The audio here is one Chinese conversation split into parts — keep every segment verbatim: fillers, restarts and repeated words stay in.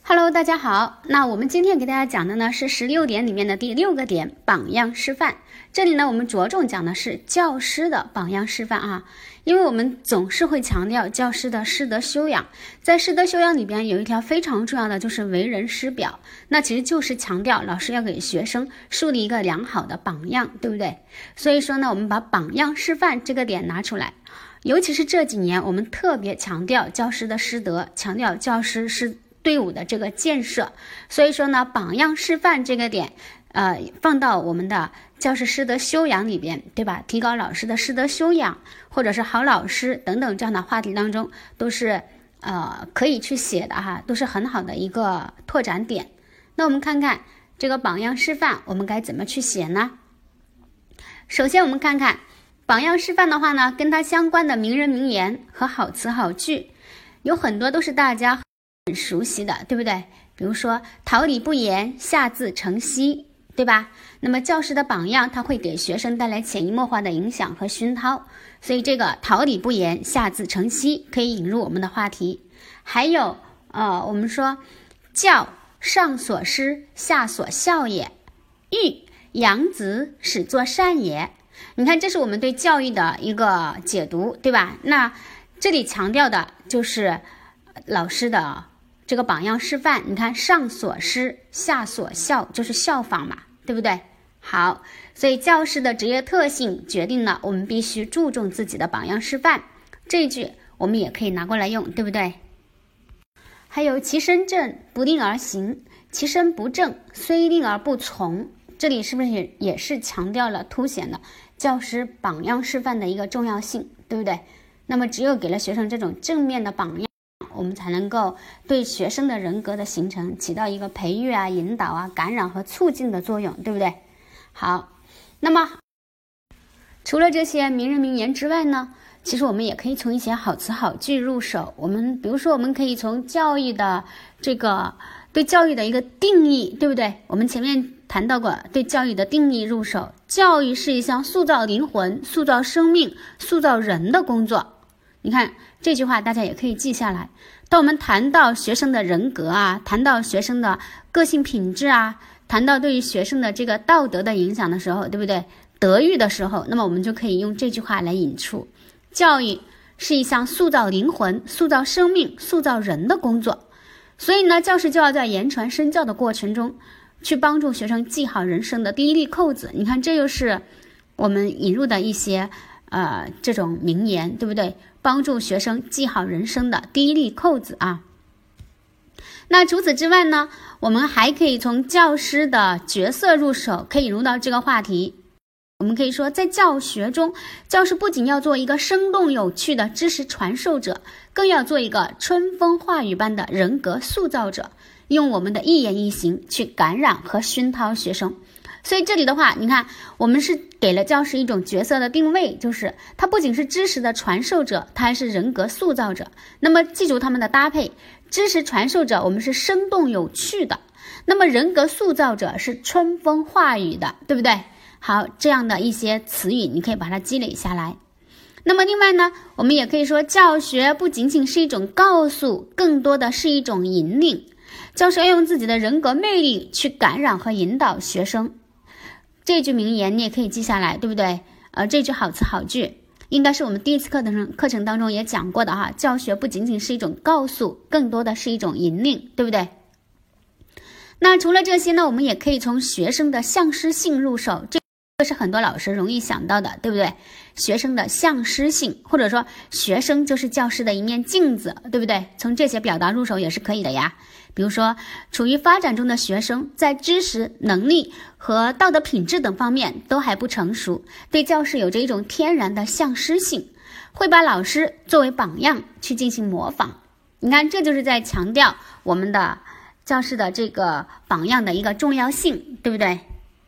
Hello， 大家好。那我们今天给大家讲的呢是十六点里面的第六个点，榜样示范。这里呢，我们着重讲的是教师的榜样示范啊，因为我们总是会强调教师的师德修养，在师德修养里边有一条非常重要的就是为人师表，那其实就是强调老师要给学生树立一个良好的榜样，对不对？所以说呢，我们把榜样示范这个点拿出来。尤其是这几年，我们特别强调教师的师德，强调教师是队伍的这个建设，所以说呢，榜样示范这个点，呃，放到我们的教师师德修养里边，对吧？提高老师的师德修养，或者是好老师等等这样的话题当中，都是呃可以去写的哈，都是很好的一个拓展点。那我们看看这个榜样示范，我们该怎么去写呢？首先我们看看榜样示范的话呢，跟它相关的名人名言和好词好句，有很多都是大家很熟悉的，对不对？比如说桃李不言，下自成蹊，对吧？那么教师的榜样，它会给学生带来潜移默化的影响和熏陶，所以这个桃李不言，下自成蹊可以引入我们的话题。还有呃，我们说教上所师，下所效也，育养子，使作善也。你看，这是我们对教育的一个解读，对吧？那这里强调的就是老师的这个榜样示范。你看，上所师，下所效，就是效仿嘛，对不对？好，所以教师的职业特性决定了我们必须注重自己的榜样示范。这一句我们也可以拿过来用，对不对？还有其身正，不定而行；其身不正，虽定而不从。这里是不是也也是强调了凸显了教师榜样示范的一个重要性，对不对？那么只有给了学生这种正面的榜样，我们才能够对学生的人格的形成起到一个培育啊、引导啊、感染和促进的作用，对不对？好，那么除了这些名人名言之外呢，其实我们也可以从一些好词好句入手。我们比如说，我们可以从教育的这个对教育的一个定义，对不对？我们前面谈到过对教育的定义入手，教育是一项塑造灵魂、塑造生命、塑造人的工作。你看这句话大家也可以记下来。当我们谈到学生的人格啊，谈到学生的个性品质啊，谈到对于学生的这个道德的影响的时候，对不对？德育的时候，那么我们就可以用这句话来引出，教育是一项塑造灵魂、塑造生命、塑造人的工作。所以呢，教师就要在言传身教的过程中去帮助学生系好人生的第一粒扣子。你看，这又是我们引入的一些呃这种名言，对不对？帮助学生系好人生的第一粒扣子啊。那除此之外呢，我们还可以从教师的角色入手，可以引入到这个话题。我们可以说，在教学中，教师不仅要做一个生动有趣的知识传授者，更要做一个春风化雨般的人格塑造者，用我们的一言一行去感染和熏陶学生。所以这里的话，你看，我们是给了教师一种角色的定位，就是他不仅是知识的传授者，他还是人格塑造者。那么记住他们的搭配，知识传授者我们是生动有趣的，那么人格塑造者是春风化雨的，对不对？好，这样的一些词语你可以把它积累下来。那么另外呢，我们也可以说，教学不仅仅是一种告诉，更多的是一种引领。教师要用自己的人格魅力去感染和引导学生。这句名言你也可以记下来，对不对？呃，这句好词好句应该是我们第一次课程课程当中也讲过的哈。教学不仅仅是一种告诉，更多的是一种引领，对不对？那除了这些呢，我们也可以从学生的向师性入手。这这是很多老师容易想到的，对不对？学生的向师性，或者说学生就是教师的一面镜子，对不对？从这些表达入手也是可以的呀。比如说，处于发展中的学生在知识、能力和道德品质等方面都还不成熟，对教师有着一种天然的向师性，会把老师作为榜样去进行模仿。你看，这就是在强调我们的教师的这个榜样的一个重要性，对不对？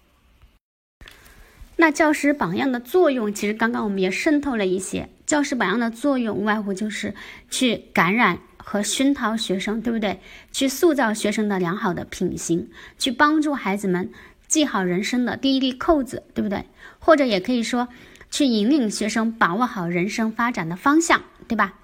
那教师榜样的作用，其实刚刚我们也渗透了一些。教师榜样的作用无外乎就是去感染和熏陶学生，对不对？去塑造学生的良好的品行，去帮助孩子们系好人生的第一粒扣子，对不对？或者也可以说去引领学生把握好人生发展的方向，对吧？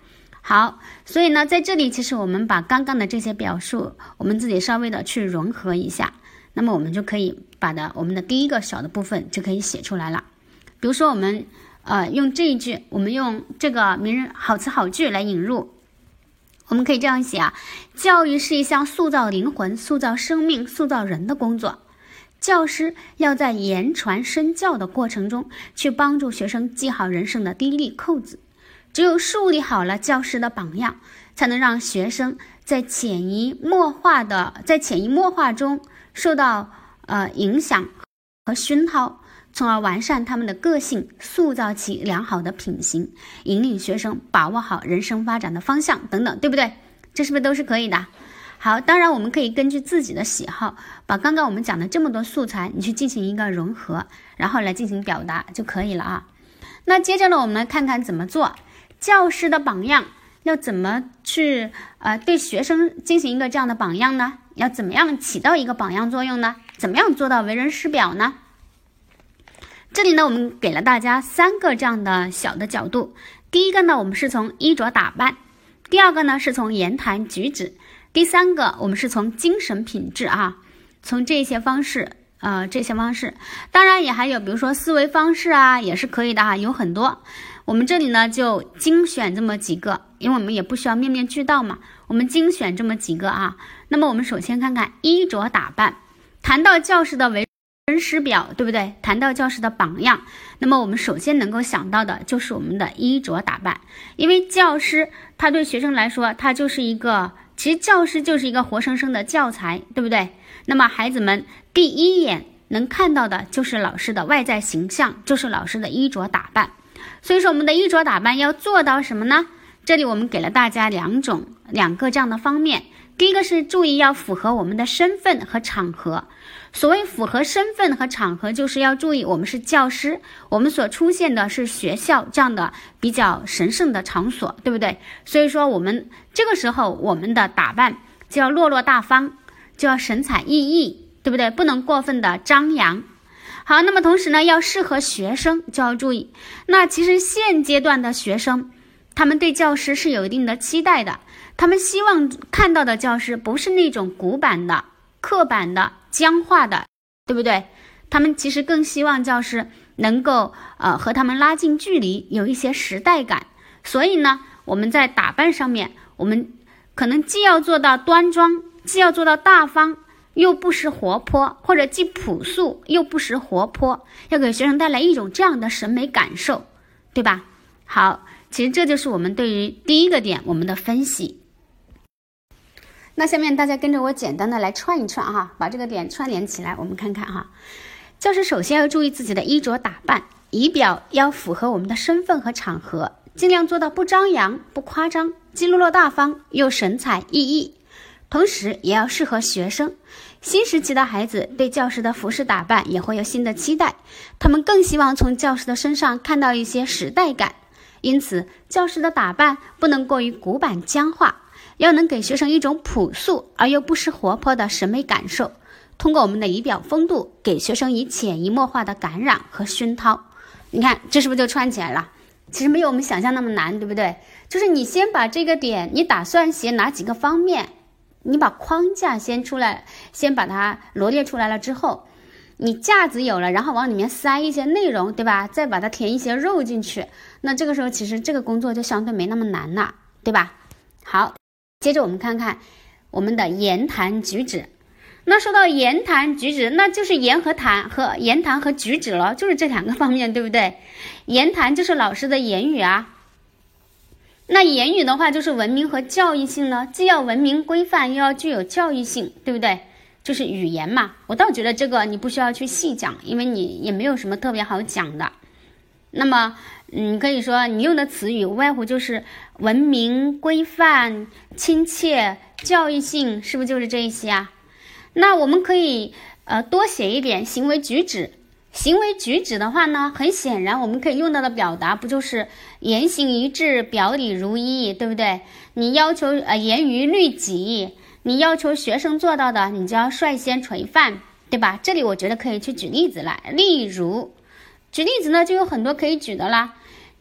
好，所以呢，在这里其实我们把刚刚的这些表述，我们自己稍微的去融合一下，那么我们就可以把的我们的第一个小的部分就可以写出来了。比如说我们呃用这一句，我们用这个名人好词好句来引入，我们可以这样写啊：教育是一项塑造灵魂、塑造生命、塑造人的工作。教师要在言传身教的过程中，去帮助学生系好人生的第一粒扣子。只有树立好了教师的榜样，才能让学生在潜移默化的在潜移默化中受到呃影响和熏陶，从而完善他们的个性，塑造起良好的品行，引领学生把握好人生发展的方向等等，对不对？这是不是都是可以的？好，当然我们可以根据自己的喜好，把刚刚我们讲的这么多素材，你去进行一个融合，然后来进行表达就可以了啊。那接着呢，我们来看看怎么做。教师的榜样要怎么去呃对学生进行一个这样的榜样呢？要怎么样起到一个榜样作用呢？怎么样做到为人师表呢？这里呢，我们给了大家三个这样的小的角度。第一个呢，我们是从衣着打扮；第二个呢，是从言谈举止；第三个，我们是从精神品质啊，从这些方式，呃，这些方式，当然也还有，比如说思维方式啊，也是可以的啊，有很多。我们这里呢就精选这么几个，因为我们也不需要面面俱到嘛，我们精选这么几个啊。那么我们首先看看衣着打扮。谈到教师的为人师表，对不对？谈到教师的榜样，那么我们首先能够想到的就是我们的衣着打扮，因为教师他对学生来说，他就是一个，其实教师就是一个活生生的教材，对不对？那么孩子们第一眼能看到的就是老师的外在形象，就是老师的衣着打扮。所以说我们的衣着打扮要做到什么呢？这里我们给了大家两种两个这样的方面。第一个是注意要符合我们的身份和场合。所谓符合身份和场合，就是要注意我们是教师，我们所出现的是学校这样的比较神圣的场所，对不对？所以说我们这个时候我们的打扮就要落落大方，就要神采奕奕，对不对？不能过分的张扬。好，那么同时呢，要适合学生，就要注意。那其实现阶段的学生，他们对教师是有一定的期待的，他们希望看到的教师不是那种古板的、刻板的、僵化的，对不对？他们其实更希望教师能够呃和他们拉近距离，有一些时代感。所以呢，我们在打扮上面，我们可能既要做到端庄，既要做到大方，又不失活泼，或者既朴素又不失活泼，要给学生带来一种这样的审美感受，对吧？好，其实这就是我们对于第一个点我们的分析。那下面大家跟着我简单的来串一串哈，把这个点串联起来，我们看看哈。教师首先要注意自己的衣着打扮，仪表要符合我们的身份和场合，尽量做到不张扬不夸张，既落落大方又神采奕奕，同时也要适合学生。新时期的孩子对教师的服饰打扮也会有新的期待，他们更希望从教师的身上看到一些时代感，因此教师的打扮不能过于古板僵化，要能给学生一种朴素而又不失活泼的审美感受，通过我们的仪表风度给学生以潜移默化的感染和熏陶。你看这是不是就串起来了？其实没有我们想象那么难，对不对？就是你先把这个点，你打算写哪几个方面，你把框架先出来，先把它罗列出来了之后，你架子有了，然后往里面塞一些内容，对吧？再把它填一些肉进去，那这个时候其实这个工作就相对没那么难了，对吧？好，接着我们看看我们的言谈举止。那说到言谈举止，那就是言和谈和言谈和举止了，就是这两个方面，对不对？言谈就是老师的言语啊，那言语的话就是文明和教育性了，既要文明规范又要具有教育性，对不对？就是语言嘛。我倒觉得这个你不需要去细讲，因为你也没有什么特别好讲的。那么你可以说你用的词语无外乎就是文明规范亲切教育性，是不是就是这一些啊？那我们可以呃多写一点行为举止。行为举止的话呢，很显然我们可以用到的表达不就是言行一致，表里如一，对不对？你要求呃严于律己，你要求学生做到的，你就要率先垂范，对吧？这里我觉得可以去举例子来，例如举例子呢就有很多可以举的啦。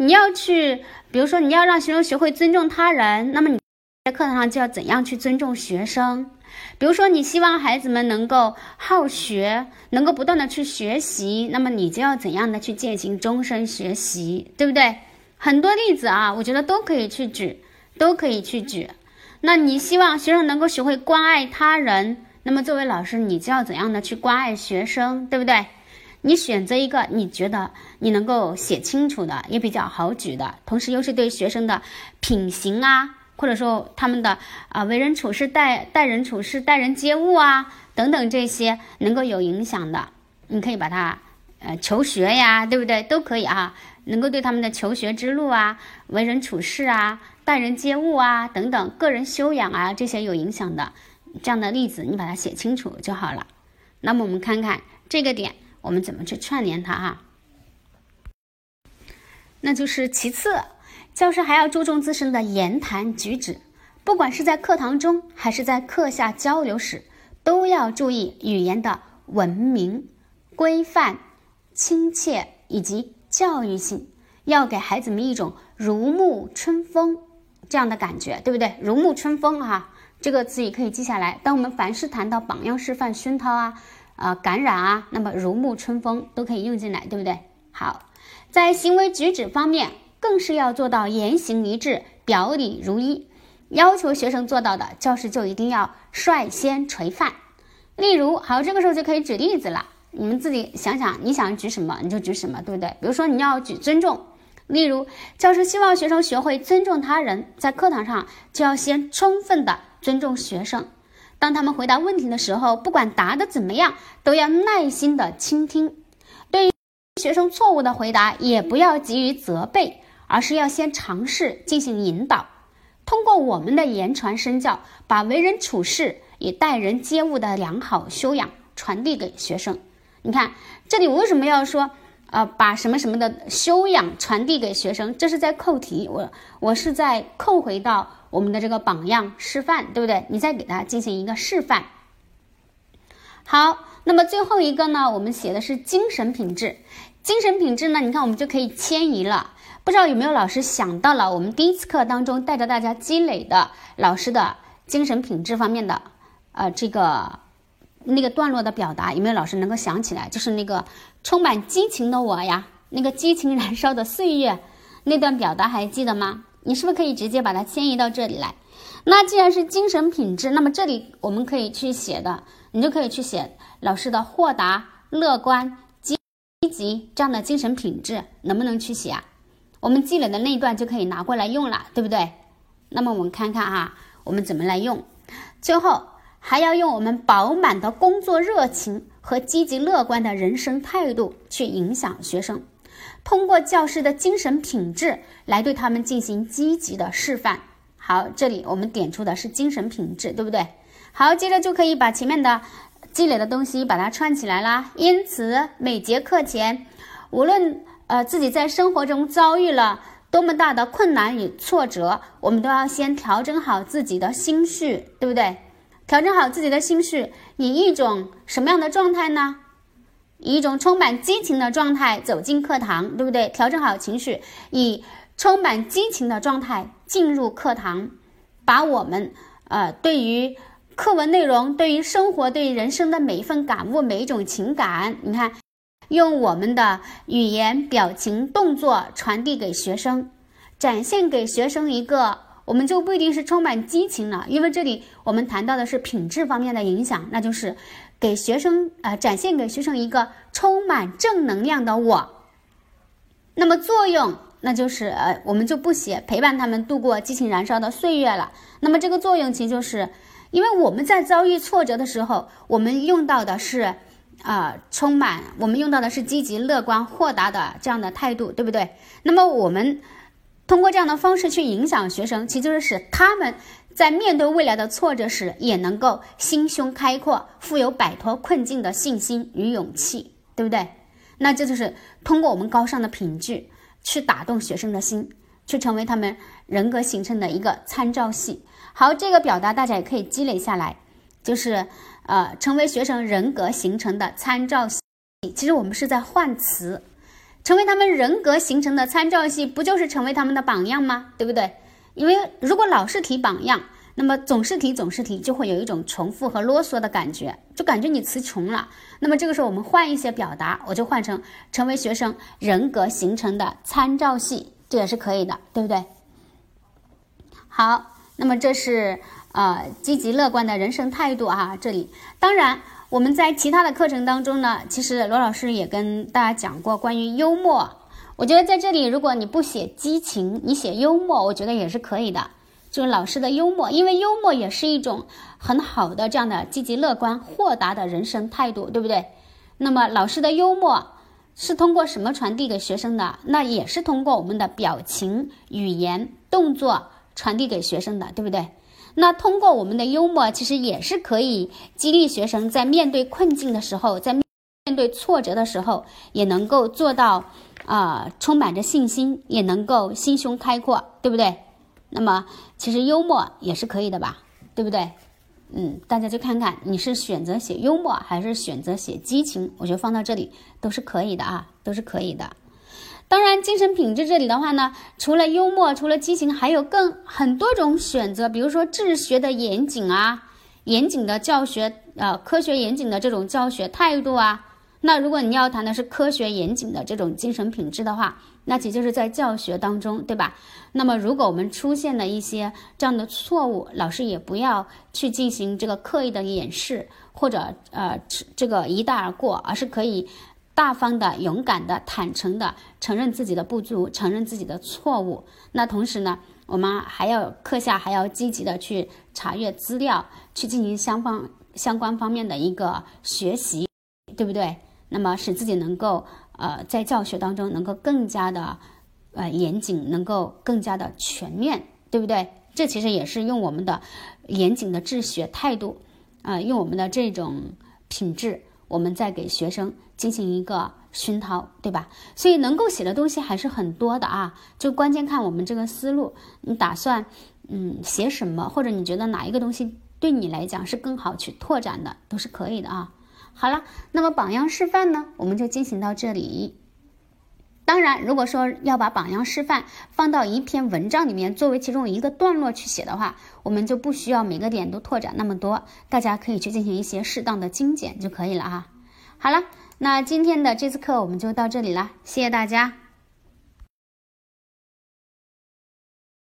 你要去，比如说你要让学生学会尊重他人，那么你在课堂上就要怎样去尊重学生。比如说你希望孩子们能够好学，能够不断的去学习，那么你就要怎样的去践行终身学习，对不对？很多例子啊，我觉得都可以去举，都可以去举。那你希望学生能够学会关爱他人，那么作为老师，你就要怎样的去关爱学生，对不对？你选择一个你觉得你能够写清楚的，也比较好举的，同时又是对学生的品行啊，或者说他们的啊、呃、为人处事、待待人处事、待人接物啊等等这些能够有影响的，你可以把它呃求学呀，对不对？都可以啊，能够对他们的求学之路啊、为人处事啊、待人接物啊等等个人修养啊这些有影响的这样的例子，你把它写清楚就好了。那么我们看看这个点我们怎么去串联它啊？那就是其次，教师还要注重自身的言谈举止，不管是在课堂中还是在课下交流时，都要注意语言的文明、规范、亲切以及教育性，要给孩子们一种如沐春风这样的感觉，对不对？如沐春风啊，这个词也可以记下来。当我们凡是谈到榜样示范、熏陶啊、呃感染啊，那么如沐春风都可以用进来，对不对？好，在行为举止方面，更是要做到言行一致、表里如一。要求学生做到的，教师就一定要率先垂范。例如，好，这个时候就可以举例子了。你们自己想想，你想举什么你就举什么，对不对？比如说你要举尊重，例如教师希望学生学会尊重他人，在课堂上就要先充分的尊重学生。当他们回答问题的时候，不管答得怎么样，都要耐心的倾听。对于学生错误的回答，也不要急于责备，而是要先尝试进行引导。通过我们的言传身教，把为人处事与待人接物的良好修养传递给学生。你看这里为什么要说呃，把什么什么的修养传递给学生？这是在扣题，我我是在扣回到我们的这个榜样示范，对不对？你再给他进行一个示范。好，那么最后一个呢，我们写的是精神品质。精神品质呢，你看我们就可以迁移了。不知道有没有老师想到了我们第一次课当中带着大家积累的老师的精神品质方面的呃这个那个段落的表达，有没有老师能够想起来？就是那个充满激情的我呀，那个激情燃烧的岁月那段表达还记得吗？你是不是可以直接把它迁移到这里来？那既然是精神品质，那么这里我们可以去写的，你就可以去写老师的豁达、乐观、积极这样的精神品质，能不能去写啊？我们积累的那一段就可以拿过来用了，对不对？那么我们看看啊，我们怎么来用。最后还要用我们饱满的工作热情和积极乐观的人生态度去影响学生，通过教师的精神品质来对他们进行积极的示范。好，这里我们点出的是精神品质，对不对？好，接着就可以把前面的积累的东西把它串起来啦。因此每节课前，无论呃自己在生活中遭遇了多么大的困难与挫折，我们都要先调整好自己的心绪，对不对？调整好自己的心绪，以一种什么样的状态呢？以一种充满激情的状态走进课堂，对不对？调整好情绪，以充满激情的状态进入课堂，把我们呃对于课文内容、对于生活、对于人生的每一份感悟、每一种情感，你看，用我们的语言、表情、动作传递给学生，展现给学生一个，我们就不一定是充满激情了，因为这里我们谈到的是品质方面的影响，那就是给学生呃展现给学生一个充满正能量的我。那么作用，那就是呃我们就不写陪伴他们度过激情燃烧的岁月了。那么这个作用其实就是因为我们在遭遇挫折的时候，我们用到的是啊、呃，充满我们用到的是积极、乐观、豁达的这样的态度，对不对？那么我们通过这样的方式去影响学生，其实就是使他们在面对未来的挫折时，也能够心胸开阔，富有摆脱困境的信心与勇气，对不对？那这就是通过我们高尚的品质去打动学生的心，去成为他们人格形成的一个参照系。好，这个表达大家也可以积累下来，就是呃，成为学生人格形成的参照系。其实我们是在换词， 成为他们人格形成的参照系，不就是成为他们的榜样吗？对不对？因为如果老是提榜样，那么总是提总是提，就会有一种重复和啰嗦的感觉，就感觉你词穷了。那么这个时候我们换一些表达，我就换成成为学生人格形成的参照系，这也是可以的，对不对？好，那么这是呃积极乐观的人生态度啊。这里当然我们在其他的课程当中呢，其实罗老师也跟大家讲过关于幽默。我觉得在这里如果你不写激情，你写幽默，我觉得也是可以的。就是老师的幽默，因为幽默也是一种很好的这样的积极乐观豁达的人生态度，对不对？那么老师的幽默是通过什么传递给学生的？那也是通过我们的表情、语言、动作传递给学生的，对不对？那通过我们的幽默，其实也是可以激励学生在面对困境的时候，在面对挫折的时候，也能够做到啊、呃，充满着信心，也能够心胸开阔，对不对？那么其实幽默也是可以的吧，对不对？嗯，大家就看看你是选择写幽默还是选择写激情，我觉得放到这里都是可以的啊，都是可以的。当然精神品质这里的话呢，除了幽默，除了激情，还有更很多种选择，比如说治学的严谨啊，严谨的教学呃科学严谨的这种教学态度啊。那如果你要谈的是科学严谨的这种精神品质的话，那其实就是在教学当中，对吧？那么如果我们出现了一些这样的错误，老师也不要去进行这个刻意的掩饰，或者呃这个一带而过，而是可以大方的、勇敢的、坦诚的承认自己的不足，承认自己的错误。那同时呢，我们还要课下还要积极的去查阅资料，去进行相方相关方面的一个学习，对不对？那么使自己能够呃在教学当中能够更加的呃严谨，能够更加的全面，对不对？这其实也是用我们的严谨的治学态度啊、呃，用我们的这种品质，我们在给学生进行一个熏陶，对吧？所以能够写的东西还是很多的啊，就关键看我们这个思路，你打算嗯写什么，或者你觉得哪一个东西对你来讲是更好去拓展的，都是可以的啊。好了，那么榜样示范呢，我们就进行到这里。当然，如果说要把榜样示范放到一篇文章里面，作为其中一个段落去写的话，我们就不需要每个点都拓展那么多，大家可以去进行一些适当的精简就可以了啊。好了，那今天的这次课我们就到这里了，谢谢大家。